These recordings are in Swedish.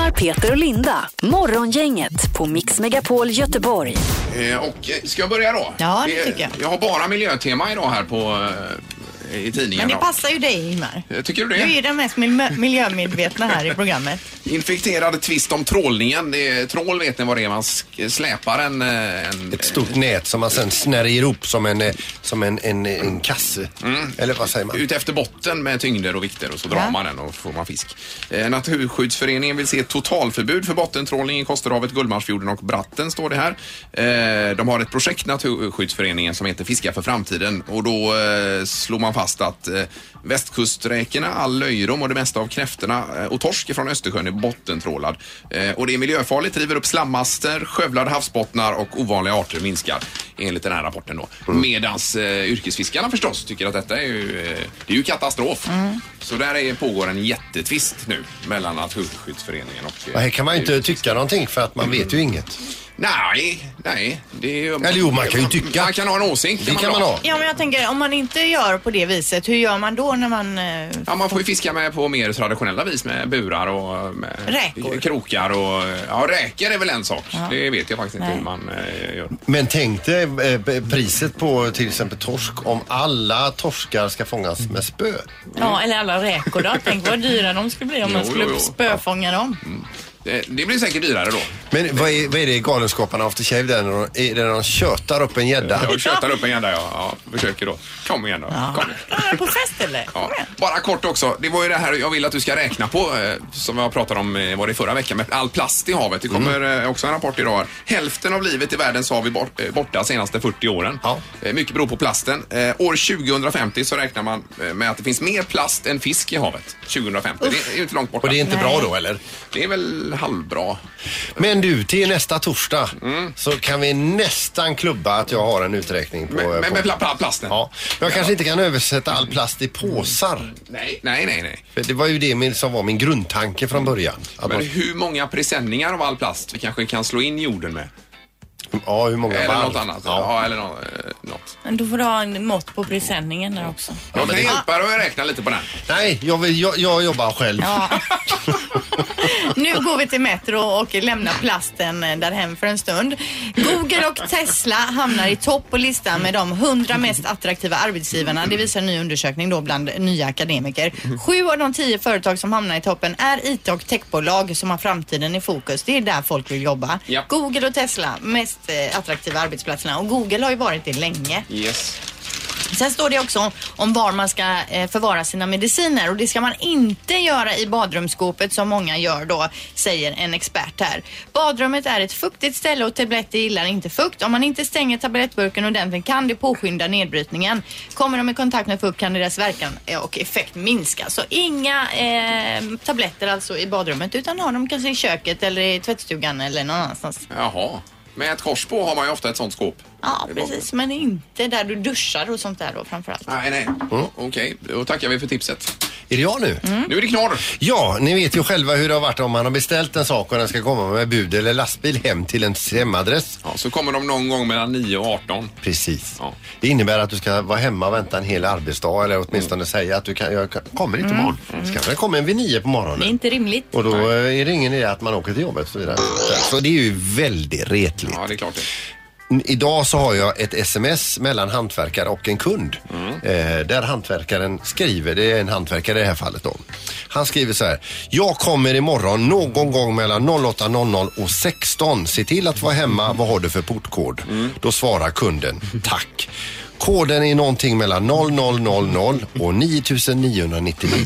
Ingemar, Peter och Linda. Morgongänget på Mix Megapol Göteborg. Och ska jag börja då? Ja, det tycker jag. Jag har bara miljötema idag här på i tidningen. Men det passar ju dig, Ingemar. Tycker du det? Du är ju den mest miljömedvetna här i programmet. Infekterad tvist om trålningen. Trål, vet ni vad det är? Man släpar ett stort nät som man sen snärjer ihop som en kasse. Eller vad säger man? Ut efter botten med tyngder och vikter och så drar man den och får man fisk. Naturskyddsföreningen vill se ett totalförbud för bottentrålning i Kosterhavet, Gullmarsfjorden och Bratten, står det här. De har ett projekt, Naturskyddsföreningen, som heter Fiska för framtiden, och då slår man fast att västkusträkorna, all löjrom och det mesta av kräftorna och torsk från Östersjön är bottentrålad. Och det är miljöfarligt, driver upp slammaster, skövlade havsbottnar och ovanliga arter minskar, enligt den här rapporten då. Medans yrkesfiskarna förstås tycker att detta är ju katastrof. Så där pågår en jättetvist nu mellan Naturskyddsföreningen och... Här kan man inte tycka någonting för att man vet ju inget. Nej. Det är ju... Eller jo, man kan ju tycka. Man kan ha en åsikt. Det kan man ha. Ja, men jag tänker, om man inte gör på det viset, hur gör man då när man... Ja, man får ju fiska med på mer traditionella vis med burar och med räkor. Krokar och... Ja, räkor är väl en sak. Ja. Det vet jag faktiskt inte hur man gör. Men tänk dig priset på till exempel torsk om alla torskar ska fångas med spö. Ja, eller alla räkor då. Tänk vad dyra de skulle bli om man skulle spöfånga dem. Det blir säkert dyrare då. Men vad är det Galenskaparna After Shave där när de tjötar upp en gädda? Ja, tjötar upp en gädda, ja. Försöker då. Kom igen då. Ja. Kom. På fest eller? Ja. Bara kort också. Det var ju det här jag vill att du ska räkna på, som jag pratade om var det förra veckan, med all plast i havet. Det kommer också en rapport idag. Hälften av livet i världens hav är borta senaste 40 åren. Ja. Mycket beror på plasten. År 2050 så räknar man med att det finns mer plast än fisk i havet. 2050. Det är ju inte långt borta. Och det är inte bra då, eller? Det är väl halvbra. Men du, till nästa torsdag så kan vi nästan klubba att jag har en uträkning på... Med plasten? Ja. Jag kanske inte kan översätta all plast i påsar. Nej. För det var ju det som var min grundtanke från början. Men hur många presenningar av all plast vi kanske kan slå in jorden med? Ja, hur många eller något annat. Ja, eller något. Men då får du ha en mått på presenningen där också. Jag kan hjälpa dig att räkna lite på den. Nej, jag jobbar själv. Ja. Nu går vi till Metro och lämnar plasten där hem för en stund. Google och Tesla hamnar i topp på listan med de 100 mest attraktiva arbetsgivarna. Det visar en ny undersökning då bland nya akademiker. 7 av de 10 företag som hamnar i toppen är IT- och techbolag som har framtiden i fokus. Det är där folk vill jobba. Yep. Google och Tesla, mest attraktiva arbetsplatserna. Och Google har ju varit det länge. Yes. Sen står det också om var man ska förvara sina mediciner, och det ska man inte göra i badrumsskåpet som många gör då, säger en expert här. Badrummet är ett fuktigt ställe och tabletter gillar inte fukt. Om man inte stänger tablettburken ordentligt kan det påskynda nedbrytningen. Kommer de i kontakt med fukt kan deras verkan och effekt minska. Så inga tabletter alltså i badrummet, utan har de kanske i köket eller i tvättstugan eller någon annanstans. Jaha. Med ett kors på har man ju ofta ett sånt skåp. Ja, precis. Men inte där du duschar och sånt där då framförallt. Nej. Okej. Då tackar vi för tipset. Är det jag nu? Nu är det knorr. Ja, ni vet ju själva hur det har varit om man har beställt en sak och den ska komma med bud eller lastbil hem till en hemadress. Ja, så kommer de någon gång mellan 9 och 18. Precis. Ja. Det innebär att du ska vara hemma och vänta en hel arbetsdag, eller åtminstone säga att jag kommer inte imorgon. Så kanske den kommer vid 9 på morgonen. Det är inte rimligt. Och då är det ingen idé att man åker till jobbet och så vidare. Så det är ju väldigt retligt. Ja, det är klart det. Idag så har jag ett sms mellan hantverkare och en kund. Där hantverkaren skriver, det är en hantverkare i det här fallet då. Han skriver så här: jag kommer imorgon någon gång mellan 08.00 och 16. Se till att vara hemma, vad har du för portkod? Då svarar kunden, tack. Koden är någonting mellan 0000 och 9999.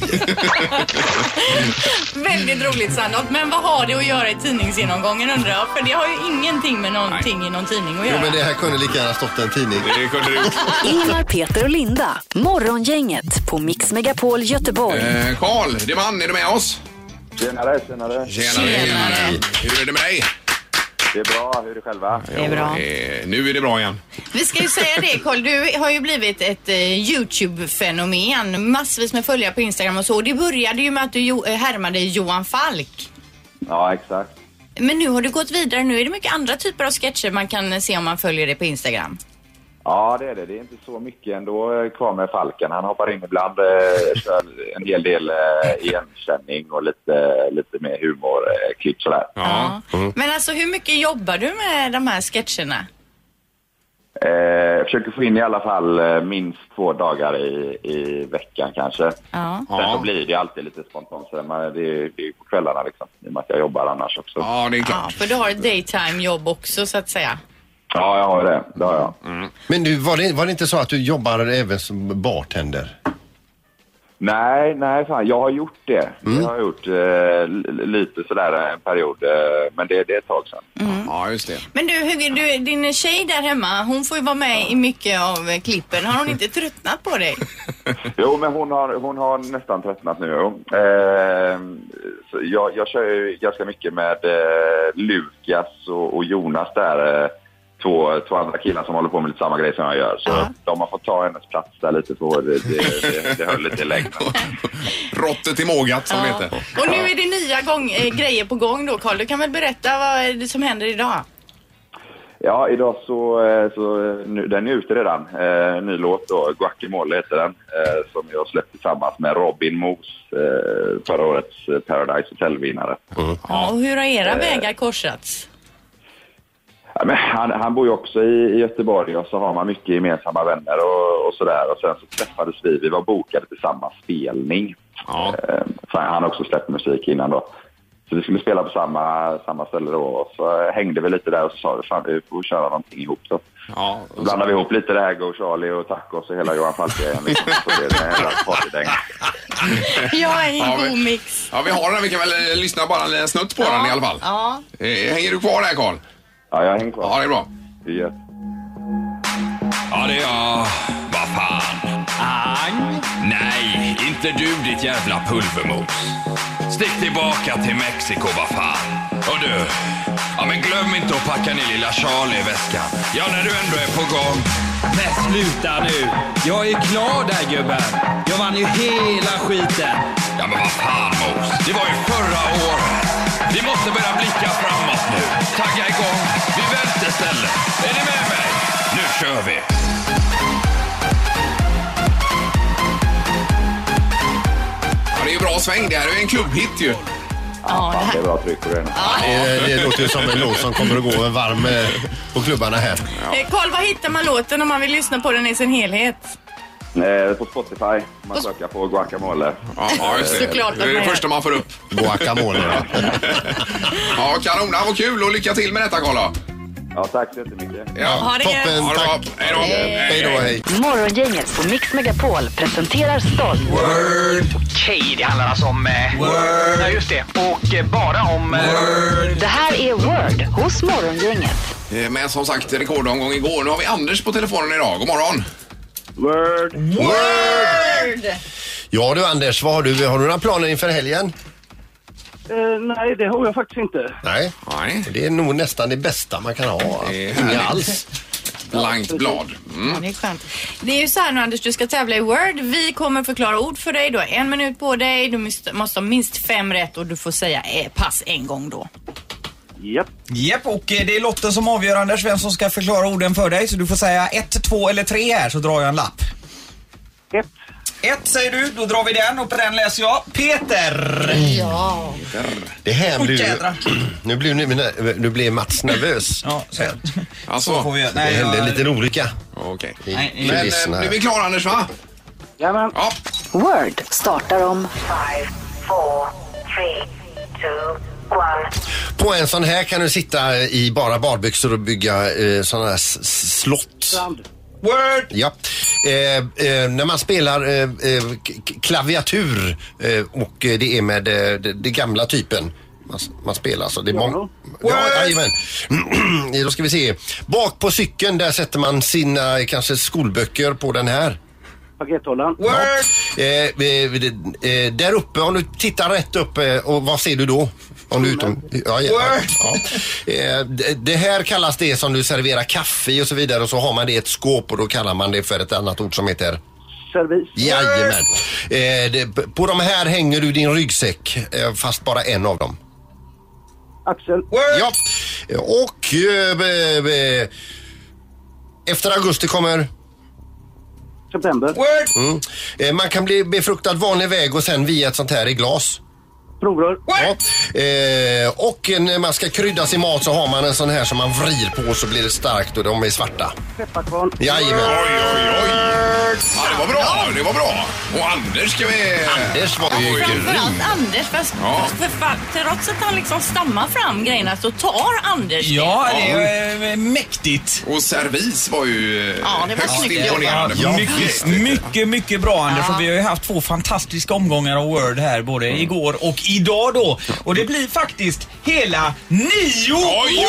Väldigt roligt, Sandholt. Men vad har det att göra i tidningsgenomgången, undrar jag? För det har ju ingenting med någonting i någon tidning att göra. Jo, men det här kunde lika gärna stått en tidning. Det kunde du. Ingemar, Peter och Linda. Morgongänget på Mix Megapol Göteborg. Karl, det man, är du med oss? Tjenare. Hur är det med dig? Det är bra, hur är det själva? Det är bra. Nu är det bra igen. Vi ska ju säga det, Carl, du har ju blivit ett YouTube-fenomen. Massvis med följare på Instagram och så. Det började ju med att du härmade Johan Falk. Ja, exakt. Men nu har du gått vidare. Nu är det mycket andra typer av sketcher man kan se om man följer det på Instagram. Ja, det är det. Det är inte så mycket ändå kvar med Falken. Han hoppar in ibland, kör en hel del igenkänning och lite mer humor, klipp sådär. Ja. Men alltså hur mycket jobbar du med de här sketcherna? Jag försöker få in i alla fall minst 2 dagar i veckan kanske. Ja. Sen så blir det alltid lite spontant. Så det är på kvällarna liksom. I och med att jag jobbar annars också. Ja, det är klart. Ja, för du har ett daytime-jobb också så att säga. Ja, jag har det. Det har jag. Men nu, var det inte så att du jobbar även som bartender? Nej, fan. Jag har gjort det. Jag har gjort lite sådär en period. Men det är ett tag sedan. Ja, just det. Men du, din tjej där hemma, hon får ju vara med i mycket av klippen. Har hon inte tröttnat på dig? Jo, men hon har nästan tröttnat nu. Så jag kör ju ganska mycket med Lukas och Jonas där. Två andra killar som håller på med lite samma grej som jag gör. Så de har fått ta hennes plats där lite på. Det höll lite i längden. Rottet i mågat som det heter. Och nu är det nya grejer på gång då, Carl. Du kan väl berätta vad är det som händer idag? Ja, idag så den är ute redan. Ny låt då, Guacamole heter den. Som jag släppte tillsammans med Robin Moos, förra årets Paradise Hotel-vinnare. Ja, och hur har era vägar korsats? Ja, men han bor ju också i Göteborg och så har man mycket gemensamma vänner och sådär. Och sen så träffades vi var bokade till samma spelning. Ja. För han har också släppt musik innan då. Så vi skulle spela på samma ställe då. Och så hängde vi lite där och så sa vi, fan vi får köra någonting ihop så. Ja, så blandade vi ihop lite det här, Go Charlie och Tacos och hela Johan Falk-grejen. Liksom. Så det är en hela partydäng. Ja, en god mix. Ja, vi har den. Vi kan väl lyssna bara en snutt på den i alla fall. Ja. Hänger du kvar där, Carl? Ja, jag hänger kvar. Ja, det är bra. Yes. Ja, det är jag. Vad fan? Ang? Nej, inte du ditt jävla pulvermos. Stick tillbaka till Mexiko, vad fan. Och du, ja men glöm inte att packa ner lilla Charlie i väskan. Ja, när du ändå är på gång. Men sluta nu. Jag är klar där, gubben. Jag vann ju hela skiten. Ja, men vad fan, Mos. Det var ju förra året. Vi måste börja blicka framåt nu. Tagga igång. Vi välter stället. Är ni med mig? Nu kör vi. Ja, det är ju bra sväng. Det här är ju en klubbhit ju. Ja, Det är bra tryck på den. Det låter ju som en låt som kommer att gå en varm på klubbarna här. Carl, var hittar man låten om man vill lyssna på den i sin helhet? På Spotify. Man söker på Guacamole. Ja, just det. Såklart att Det är det man gör. första man får upp. Guacamole, ja. Ja, kanon. Det var kul och lycka till med detta, Carl. Ja, tack så jättemycket. Ja, Ha det gött. Toppen, ha det bra. tack. Hej då. Hej då, hej. Morgongänget på Mix Megapol presenterar stolt. Okej, det handlar alltså om... Ja, just det. Och bara om... Det här är Word hos Morgongänget. Men som sagt, rekordomgång igår. Nu har vi Anders på telefonen idag. God morgon. Word! Ja du Anders, vad har du? Har du några planer inför helgen? Nej, det har jag faktiskt inte. Nej. Nej. Det är nog nästan det bästa man kan ha. Det är Inga härligt. alls. Blankt blad. Ja, det är skönt. Det är ju så här nu, Anders, du ska tävla i Word. Vi kommer förklara ord för dig. Du har 1 minut på dig. Du måste ha minst 5 rätt och du får säga pass en gång då. Japp, och det är Lotten som avgör, Anders, vem som ska förklara orden för dig. Så du får säga 1, 2 eller 3 här, så drar jag en lapp. 1 säger du, då drar vi den och på den läser jag Peter. Ja. Det här blir jädrar. nu blir Mats nervös. Ja, så Alltså, får vi göra. Det Nej, hände en liten olycka okej. i Nej, Men kulisserna nu är här. vi klara, Anders, va? Jajamän. Ja. Word startar om 5, 4, 3, 2, 1. På en sån här kan du sitta i bara badbyxor och bygga sådana här slott. Word. Ja. När man spelar klaviatur och det är med det gamla typen man spelar alltså. Det är jajamän. Då ska vi se. Bak på cykeln där sätter man sina kanske skolböcker på den här. Pakethållaren. Där uppe, om du tittar rätt upp, och vad ser du då? Om du utom, ja. Det här kallas det som du serverar kaffe i och så vidare, och så har man det i ett skåp och då kallar man det för ett annat ord som heter Servis. jajamän. På de här hänger du din ryggsäck, fast bara en av dem. Axel. Ja. Och Efter augusti kommer... September. Man kan bli befruktad vanlig väg och sen via ett sånt här i glas. Provrör. Ja. Och när man ska krydda sin mat så har man en sån här som man vrider på så blir det starkt och de är svarta. Pepparkvarn. Jajamän. Oj. Ja, det var bra. Och Anders ska vi... Anders var ju Framförallt Anders, för trots att han liksom stammar fram grejerna så tar Anders det. Ja, det är mäktigt. Och servis var ju det var högst snyggt imponerande. Mycket bra, Anders. Och vi har ju haft 2 fantastiska omgångar av Word här, både igår och idag då. Och det blir faktiskt hela 9 Oj.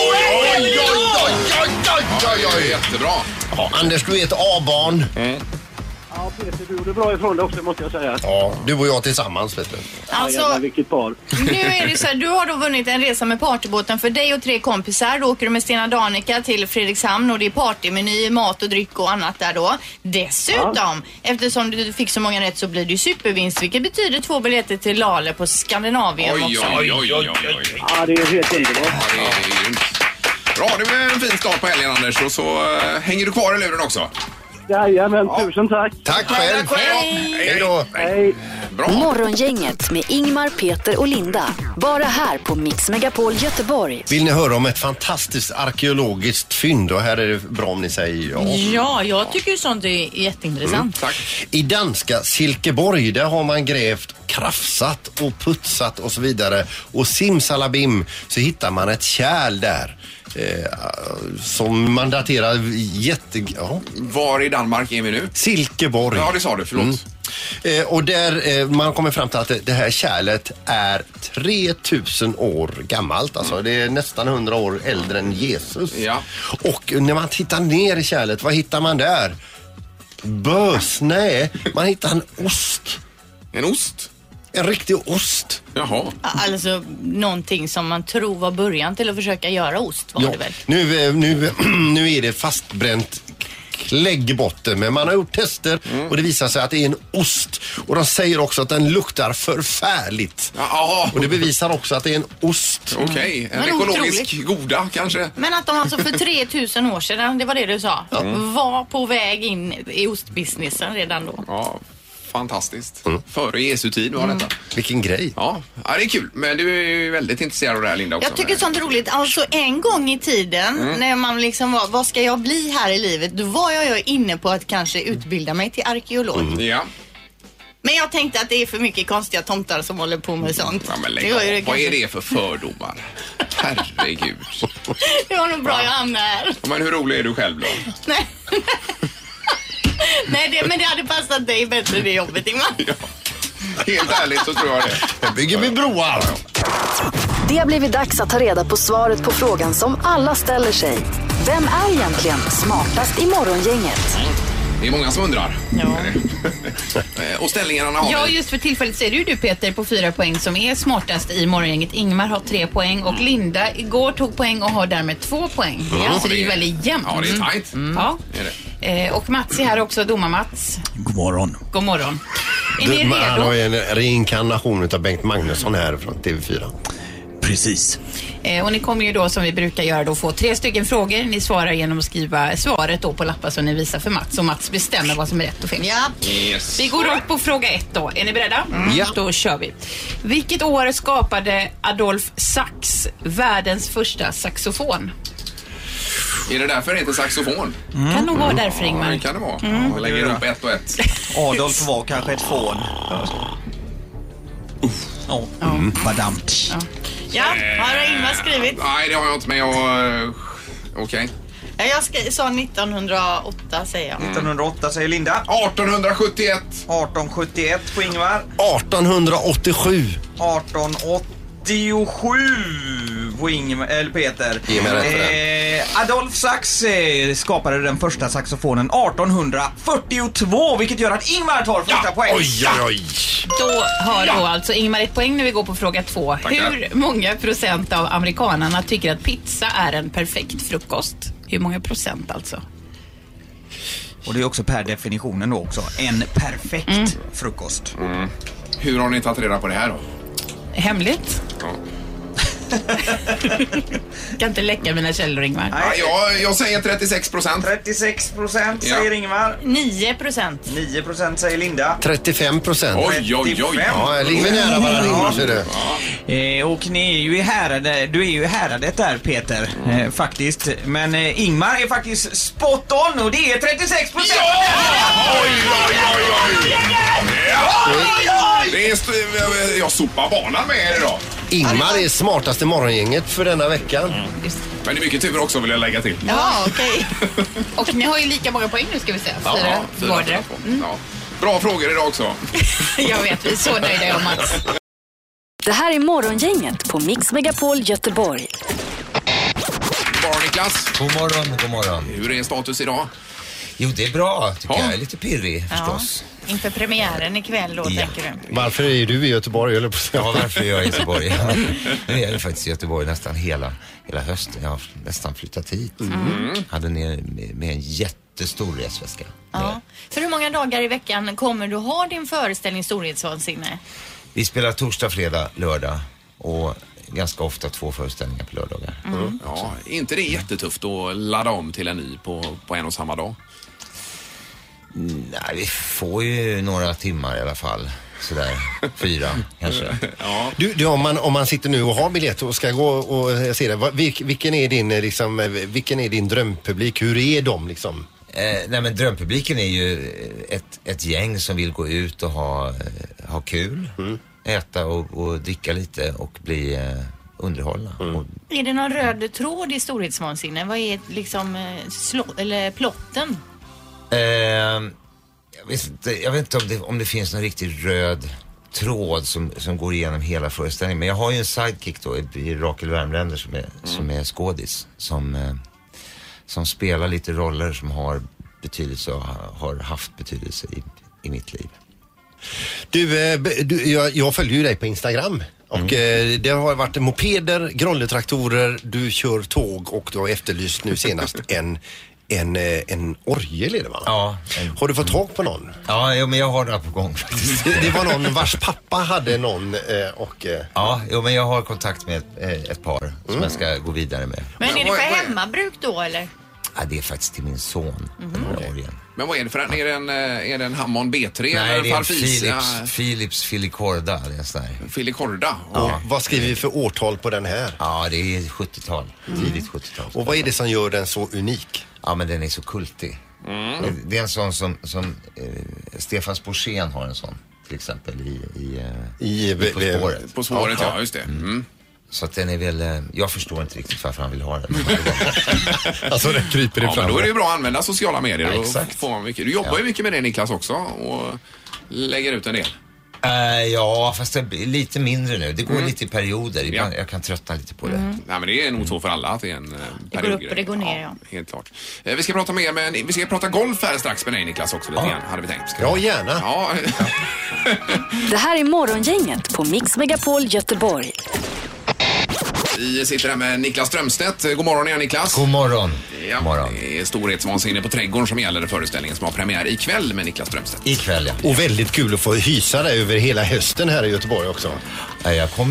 Jättebra. Ja, Anders, du är ett A-barn. Ja, Peter, du gjorde bra ifrån det också, måste jag säga. Ja, du och jag tillsammans, vet du. Alltså, vilket par. nu är det så här, du har då vunnit en resa med partybåten för dig och 3 kompisar. Då åker du med Stena Danica till Fredrikshamn och det är partymeny, mat och dryck och annat där då. Dessutom, eftersom du fick så många rätt så blir det ju supervinst, vilket betyder 2 biljetter till Lale på Skandinavien också. Oj. Ja, det är helt underbart. Bra, det blir en fin start på helgen, Anders. Och så hänger du kvar i luren också. Jajamän, tusen tack. Tack själv. Hej då. Hej. Bra. Morgongänget med Ingmar, Peter och Linda. Bara här på Mix Megapol Göteborg. Vill ni höra om ett fantastiskt arkeologiskt fynd? Och här är det bra om ni säger ja. Ja, jag tycker ju sånt är jätteintressant. Tack. I danska Silkeborg, där har man grävt, krafsat och putsat och så vidare. Och simsalabim så hittar man ett kärl där. Som man daterar Var i Danmark är vi nu? Silkeborg. Ja, det sa du, förlåt. Och där man kommer fram till att det här kärlet är 3000 år gammalt. Alltså det är nästan 100 år äldre än Jesus. Ja. Och när man tittar ner i kärlet, vad hittar man där? Nej, man hittar en ost. En ost? En riktig ost. Jaha. Alltså någonting som man tror var början till att försöka göra ost var det väl? Nu är det fastbränt kläggbotten, men man har gjort tester och det visar sig att det är en ost. Och de säger också att den luktar förfärligt. Jaha. Och det bevisar också att det är en ost. Okej, en Men ekologisk otroligt. goda kanske. Men att de alltså för 3000 år sedan, det var det du sa, var på väg in i ostbusinessen redan då. Ja, fantastiskt. Före Jesu tid var detta. Vilken grej. Ja, det är kul. Men du är ju väldigt intresserad av det här, Linda, också. Jag tycker sånt är roligt. Alltså en gång i tiden när man liksom var, vad ska jag bli här i livet? Då var jag inne på att kanske utbilda mig till arkeolog. Ja. Men jag tänkte att det är för mycket konstiga tomtar som håller på med sånt. Ja, men Det var ju det vad är kanske- det för fördomar? Herregud. Det var nog bra jag hamnade här. Men hur rolig är du själv då? Nej. Nej, men det hade passat dig bättre det jobbet, Ingmar. Ja. Helt ärligt så tror jag det. Jag bygger vi broar. Det har blivit dags att ta reda på svaret på frågan som alla ställer sig. Vem är egentligen smartast i morgongänget? Det är många som undrar. Ja. Och ställningarna har Ja, vi. just för tillfället så är det ju du, Peter, på 4 poäng som är smartast i morgongänget. Ingmar har 3 poäng och Linda igår tog poäng och har därmed 2 poäng. Ja, Så det är ju väldigt jämnt. Ja, det är tajt. Ja. Är det. Och Mats är här också, domar-Mats. God morgon. God morgon. Är ni Han har redo? ju en reinkarnation av Bengt Magnusson här från TV4. Precis. Och ni kommer ju då, som vi brukar göra, då få 3 stycken frågor. Ni svarar genom att skriva svaret då på lappar som ni visar för Mats. Och Mats bestämmer vad som är rätt och fel. Ja. Yes. Vi går rakt på fråga 1 då. Är ni beredda? Ja. Då kör vi. Vilket år skapade Adolf Sax världens första saxofon? Är det därför det heter saxofon? Kan nog vara därför, Ja, Ingmar. det kan det vara. Jag lägger ihop 1 och 1. Adolf var kanske ett fån. Ja. Badamts. Ja, har Ingmar skrivit? Nej, det har jag inte, men jag... Okej. Ja, jag sa 1908 säger jag. 1908 säger Linda. 1871. 1871 på Ingvar. 1887. 1887 på Ingmar, eller Peter. Ge mig rätt för det. Adolf Sax skapade den första saxofonen 1842, vilket gör att Ingmar tar första poäng. Oj. Då har då alltså Ingmar 1 poäng när vi går på fråga 2. Tackar. Hur många procent av amerikanerna tycker att pizza är en perfekt frukost? Hur många procent alltså? Och det är också per definitionen då också en perfekt frukost. Hur har ni tagit reda på det här då? Hemligt? Ja. Kan inte läcka mina källor, Ingmar. Ja, jag säger 36%. 36% säger Ingmar. 9%. 9% säger Linda. 35%. Oj. Ja, ligger nära varandra, Ingmar, så är det. Och ni är ju i häradet, du är ju i häradet där, Peter, faktiskt. Men Ingmar är faktiskt spot on och det är 36%. Oj. Det är jag sopar banan med er idag. Ingmar är smartaste morgongänget för denna veckan. Men det är mycket tur också, vill jag lägga till. Ja, okej. Och ni har ju lika många poäng nu, ska vi säga. 4 vardera. Ja. Bra frågor idag också. Jag vet, vi är så nöjda om Mats. Det här är Morgongänget på Mix Megapol Göteborg. God Niklas. God morgon. Hur är status idag? Jo, det är bra, tycker jag. Jag är lite pirrig, förstås. Inför premiären ikväll då, tänker du? Varför är du i Göteborg? Eller? Ja, varför är jag i Göteborg? Nu är jag faktiskt i Göteborg nästan hela hösten. Jag har nästan flyttat hit. Hade ner med en jättestor resväska. Ja. För hur många dagar i veckan kommer du ha din föreställning Storhetsvansinne? Vi spelar torsdag, fredag, lördag och ganska ofta 2 föreställningar på lördagar. Ja, inte det jättetufft att ladda om till en ny på en och samma dag? Nej, vi får ju några timmar i alla fall. Sådär, 4 kanske. Ja. Du, om man sitter nu och har biljett och ska gå och se det, vilken är din drömpublik? Hur är de liksom? Nej, men drömpubliken är ju ett gäng som vill gå ut och ha kul, äta och dricka lite och bli underhållna. Är det någon röd tråd i Storhetsvansinne? Vad är liksom eller plotten? Jag vet inte om det finns någon riktigt röd tråd som går igenom hela föreställningen. Men jag har ju en sidekick då i Rakel Värmländer som är skådis. Som spelar lite roller som har betydelse och har haft betydelse i mitt liv. Jag följer ju dig på Instagram. Och det har varit mopeder, grolletraktorer, du kör tåg och du har efterlyst nu senast en orgel är det, va? Ja. Har du fått tag på någon? Ja, men jag har det på gång faktiskt. Det var någon vars pappa hade någon och... Ja, men jag har kontakt med ett par som jag ska gå vidare med. Men är det för hemmabruk då, eller? Ja, det är faktiskt till min son. Men vad är det för en? Är det en Hammond B3? Nej, eller det är en Philips Filicorda. Filicorda? Och vad skriver vi för årtal på den här? Ja, det är 70-tal. Tidigt 70-tal. Och vad är det som gör den så unik? Ja, men den är så kultig. Det är en sån som Stefan Sporsén har en sån, till exempel På spåret. På spåret, ja, just det. Så att den är väl, jag förstår inte riktigt varför han vill ha den. Alltså det kryper fram. Men då är det ju bra att använda sociala medier. Ja, exakt. Får man mycket. Du jobbar ju mycket med det, Niklas, också, och lägger ut en del. Ja, fast det blir lite mindre nu. Det går lite i perioder. Ibland, jag kan tröttna lite på det. Nej, men det är nog så för alla att det är en period. Det går upp och det går ner, ja. Helt klart. Vi ska prata mer, men vi ska prata golf här strax med dig, Niklas, också lite grann, hade vi tänkt. Ja, gärna. Ja. Det här är Morgongänget på Mix Megapol Göteborg. Vi sitter här med Niklas Strömstedt. God morgon igen, Niklas. God morgon. Ja, God morgon. Det är Storhetsvansinne på Trädgården som gäller föreställningen som har premiär ikväll med Niklas Strömstedt. Ikväll, ja. Och väldigt kul att få hysa det över hela hösten här i Göteborg också. Ja, jag kommer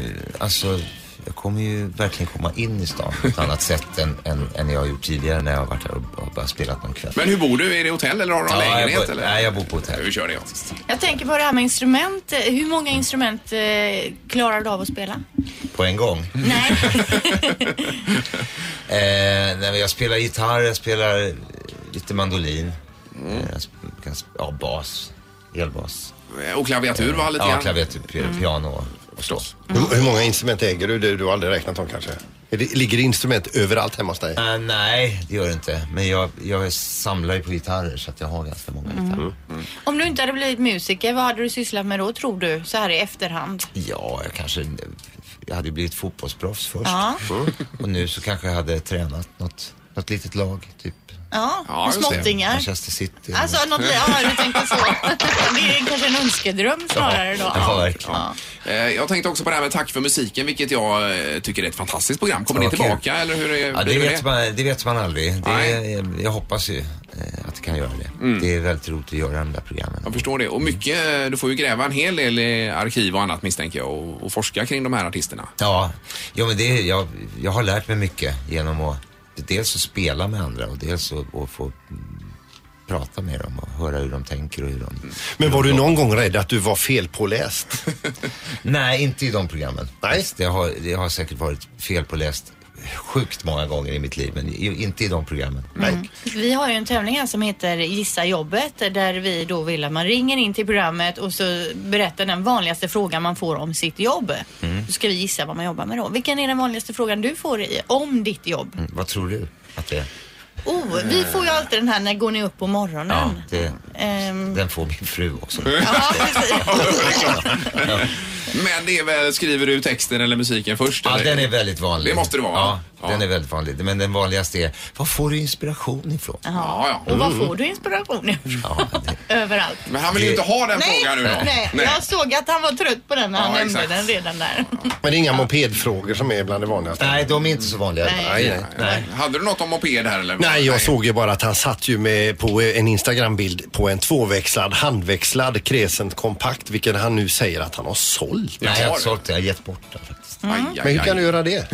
ju verkligen komma in i stan på ett annat sätt än jag har gjort tidigare när jag har varit här och bara spelat någon kväll. Men hur bor du? Är det hotell eller har du någon lägenhet? Nej, jag bor på hotell. Hur kör det? Jag tänker på det här med instrument. Hur många instrument klarar du av att spela? På en gång? Nej. Nej, men jag spelar gitarr, jag spelar lite mandolin. Bas, elbas. Och klaviatur var lite grann? Ja, klaviatur, piano förstås. Hur många instrument äger du? Du har aldrig räknat dem kanske? Ligger det instrument överallt hemma hos dig? Nej, det gör det inte. Men jag samlar ju på gitarrer så att jag har ganska många gitarrer. Om du inte hade blivit musiker, vad hade du sysslat med då, tror du, så här i efterhand? Ja, jag hade blivit fotbollsproffs först. Och nu så kanske jag hade tränat något litet lag, typ Ja, småttingar. Manchester City. Alltså, något, du tänkte så. Det är kanske en önskedröm snarare då. Ja, verkligen. Jag tänkte också på det här med Tack för musiken, vilket jag tycker är ett fantastiskt program. Kommer ni tillbaka eller hur är det vet man aldrig. Jag hoppas ju att det kan göra det. Det är väldigt roligt att göra de där programmen. Jag förstår det. Och mycket, du får ju gräva en hel del i arkiv och annat misstänker jag och forska kring de här artisterna. Ja men jag har lärt mig mycket genom att dels att spela med andra och dels att få prata med dem och höra hur de tänker och hur de... Men var du någon gång rädd att du var fel påläst? Nej, inte i de programmen. Nej. Det har säkert varit fel påläst sjukt många gånger i mitt liv, men inte i de programmen. Mm. Vi har ju en tävling här som heter Gissa jobbet, där vi då vill att man ringer in till programmet och så berättar den vanligaste frågan man får om sitt jobb. Då ska vi gissa vad man jobbar med då. Vilken är den vanligaste frågan du får om ditt jobb? Vad tror du att det är? Vi får ju alltid den här, när går ni upp på morgonen? Ja, den får min fru också. Ja, precis. Men det är väl, skriver du texten eller musiken först? Ja, eller? Den är väldigt vanlig. Det måste det vara. Ja, den är väldigt vanlig. Men den vanligaste är, var får du inspiration ifrån? Och var får du inspiration ifrån? Överallt. Men han vill ju inte ha den frågan nu då. Nej, jag såg att han var trött på den när han nämnde den redan där. Men det är inga mopedfrågor som är bland det vanligaste? Nej, de är inte så vanliga. Nej. Hade du något om moped här eller? Nej, jag såg ju bara att han satt ju med på en Instagram-bild på en handväxlad Crescent kompakt, vilken han nu säger att han har sålt. Nej, jag har sålt det. Jag har gett bort den faktiskt. Men hur kan du göra det?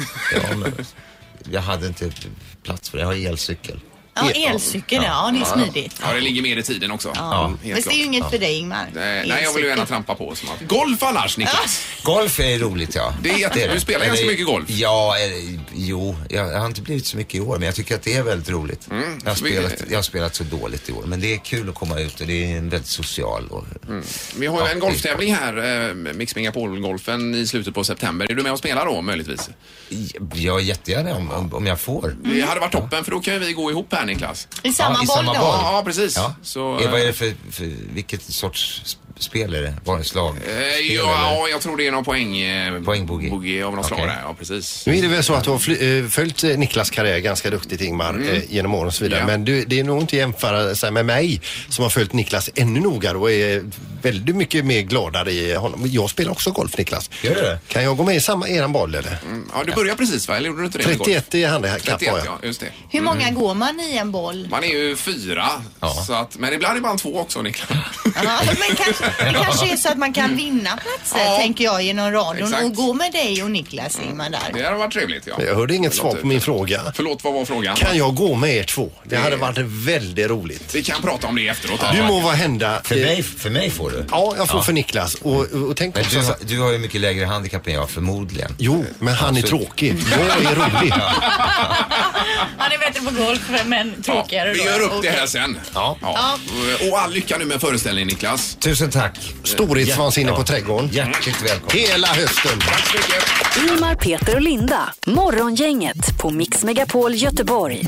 Jag hade inte plats för det. Jag har elcykel. Ja, elcykel, det är smidigt. Ja, det ligger mer i tiden också. Men det är ju inget för dig, Ingmar. Nej, jag vill ju gärna trampa på. Golf annars, Niklas? Golf är roligt, ja. Du spelar ganska mycket golf. Ja, jag har inte blivit så mycket i år, men jag tycker att det är väldigt roligt. Jag har spelat så dåligt i år, men det är kul att komma ut och det är en väldigt social Vi har ju en golftävling här, Mix Megapol-golfen i slutet på september. Är du med och spelar då, möjligtvis? Jag är jättegärna om jag får. Det hade varit toppen, för då kan vi gå ihop här, Niklas. I samma boll då? Ja, precis. Ja. Så, vad är det för vilket sorts spel är det? Var det slag? Jag tror det är någon poängbogey av något slag där. Ja, precis. Nu är det väl så att du har följt Niklas karriär ganska duktigt, Ingmar, genom åren och så vidare. Men det är nog inte jämföra sig med mig som har följt Niklas ännu nogare och är väldigt mycket mer gladare i honom. Jag spelar också golf, Niklas. Gör du det? Kan jag gå med i eran boll eller? Ja, du börjar precis, va? Eller gjorde du inte det? 31 i handikapp 31, ja, just det. Hur många går man i en boll? Man är ju 4. Så att, men ibland är man 2 också, Niklas. Men det kanske är så att man kan vinna platser, tänker jag, genom radion. Exakt. Och gå med dig och Niklas, Ingmar, där. Det hade varit trevligt, ja. Jag hörde inget svar på min fråga. Förlåt, vad var frågan? Kan jag gå med er 2? Det hade varit väldigt roligt. Vi kan prata om det efteråt. Du må vad hända. För mig får du? Ja, jag får för Niklas. Och tänk men du har ju mycket lägre handikapp än jag, förmodligen. Jo, men han är tråkig. Jag är rolig. Han är bättre på golf, men tråkigare. Vi gör upp det här sen. Ja. Och all lycka nu med föreställningen, Niklas. Tusen tack. Storhetsvansinne på trädgården. Hjärtligt välkommen. Hela hösten. Tack så mycket. Ingmar, Peter och Linda. Morgongänget på Mix Megapol Göteborg.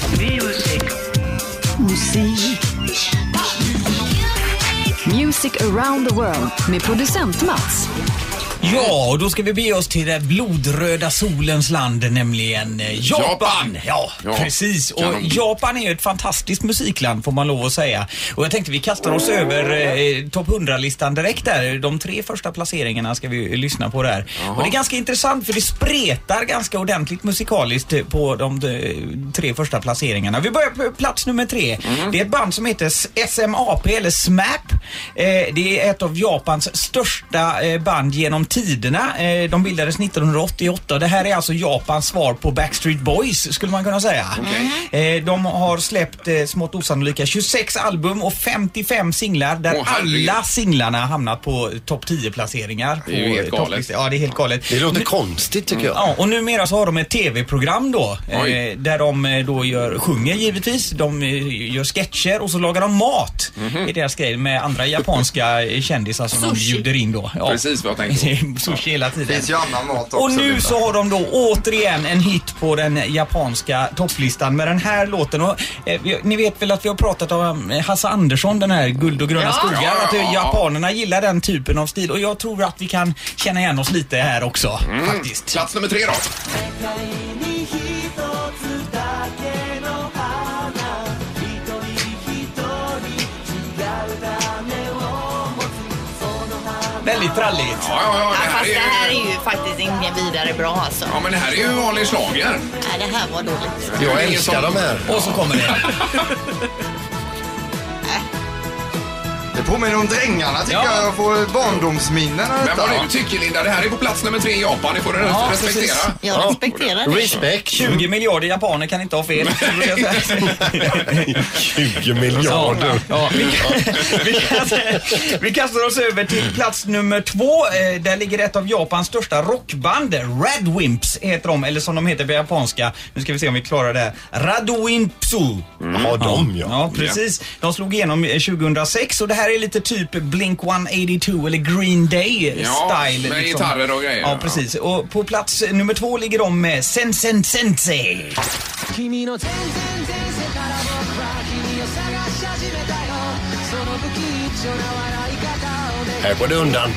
Music around the world med producent Mats. Ja, och då ska vi be oss till det blodröda solens land, nämligen Japan. Ja, precis. Och Japan är ju ett fantastiskt musikland, får man lov att säga. Och jag tänkte vi kastar oss över topp 100-listan direkt där. De 3 första placeringarna ska vi lyssna på där. Och det är ganska intressant, för det spretar ganska ordentligt musikaliskt på de 3 första placeringarna. Vi börjar på plats nummer 3. Det är ett band som heter SMAP eller SMAP. Det är ett av Japans största band genom tiderna. De bildades 1988. Det här är alltså Japans svar på Backstreet Boys, skulle man kunna säga. De har släppt smått osannolika 26 album och 55 singlar där alla singlarna hamnat på topp 10-placeringar. Det är ju helt galet. Ja, det är helt galet. Det låter konstigt, tycker jag. Ja, och numera så har de ett tv-program då, där de då sjunger givetvis. De gör sketcher och så lagar de mat. Det är deras grej med andra japanska kändisar som de bjuder in då. Ja. Precis vad jag tänkte. Sushi hela tiden. Finns ju annan mat också. Och nu så har de då återigen en hit på den japanska topplistan med den här låten. Och, ni vet väl att vi har pratat om Hasse Andersson, den här Guld och gröna skogar. Att japanerna gillar den typen av stil. Och jag tror att vi kan känna igen oss lite här också, faktiskt. Plats nummer 3 då. Väldigt pralligt. Ja, Fast det här är ju faktiskt ingen vidare bra alltså. Ja, men det här är ju en vanlig slager. Nej, det här var dåligt. Jag älskar de här. Och så kommer det. Det påminner om Drängarna tycker jag får barndomsminnen. Men vad du tycker Linda, det här är på plats nummer 3 i Japan, det får du respektera. Jag respekterar det. Respect. 20 miljarder japaner kan inte ha fel. 20 miljarder. Ja, vi kastar oss över till plats nummer 2. Där ligger ett av Japans största rockband. Radwimps heter de, eller som de heter på japanska. Nu ska vi se om vi klarar det här. Radwimpsu. Ja, de Ja, precis. De slog igenom 2006 och det här är lite typ Blink-182 eller Green Day style. Med gitarrer och grejer. Ja, precis. Och på plats nummer 2 ligger de med Sensen Sensei. Här går det undan.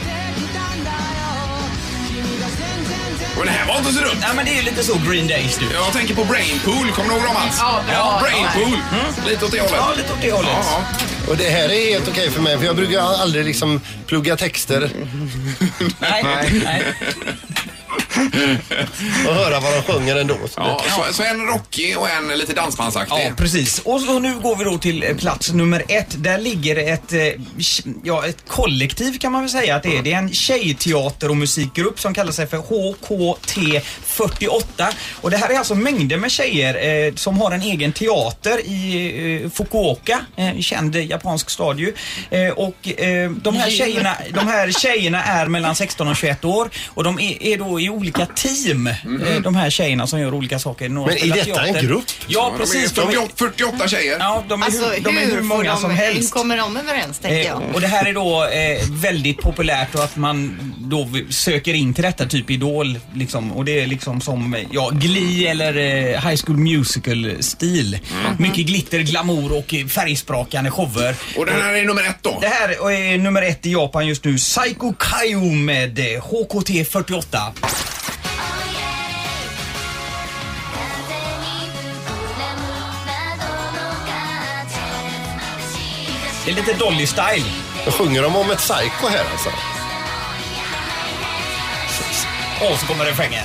Men det här var inte så dumt. Nej, men det är ju lite så Green Day-stuk. Jag tänker på Brainpool, kommer du ihåg dem alls? Ja, Brainpool. Lite åt det hållet. Ja, lite åt det hållet. Ja. Och det här är helt okej för mig, för jag brukar aldrig liksom plugga texter Nej. och höra vad de sjunger ändå. Ja, så en rockig och en lite dansbandsaktig. Ja, precis. Och så nu går vi då till plats nummer 1. Där ligger ett kollektiv kan man väl säga att det är. Det är en tjejteater- och musikgrupp som kallar sig för HKT48. Och det här är alltså mängder med tjejer som har en egen teater i Fukuoka, känd japansk stad ju. Och de här tjejerna är mellan 16 och 21 år och de är då i olika team. De här tjejerna som gör olika saker. Men är detta en grupp? Ja, precis. De är 48 tjejer. Ja, de är hur många som helst. Kommer de överens, tänker jag. Och det här är då väldigt populärt och att man då söker in till detta typ Idol liksom, och det är liksom som Glee eller High School Musical-stil. Mycket glitter, glamour och färgsprakande shower. Och den här är nummer 1 då? Det här är nummer 1 i Japan just nu. Psycho Kaio med HKT48. Det är lite Dolly-style. Då sjunger de om ett psycho här alltså. Och så kommer refrängen.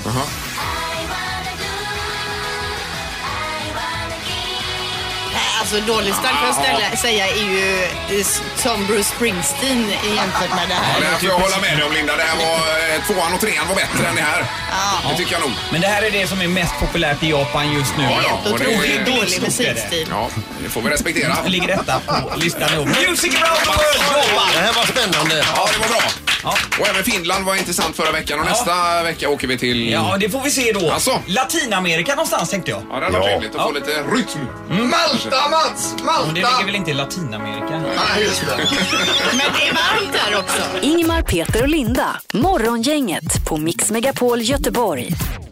Alltså dålig start för att säga är ju som Bruce Springsteen jämfört med det här. Ja, det här får jag hålla med dig om Linda. Det här var 2:an och 3:an var bättre än det här. Ja. Det tycker jag nog. Men det här är det som är mest populärt i Japan just nu. Ja, och otroligt dålig musikstil. Ja, det får vi respektera. Det ligger detta på listan nu. Music around the world, Japan! Det här var spännande. Ja, det var bra. Ja. Och även Finland var intressant förra veckan och nästa vecka åker vi till... Ja, det får vi se då. Alltså. Latinamerika någonstans tänkte jag. Ja, det hade varit trevligt att få lite rytm. Malta, Mats! Malta! Men det ligger väl inte i Latinamerika? Nej, just det. Men det är varmt där också. Ingmar, Peter och Linda. Morgongänget på Mix Megapol Göteborg.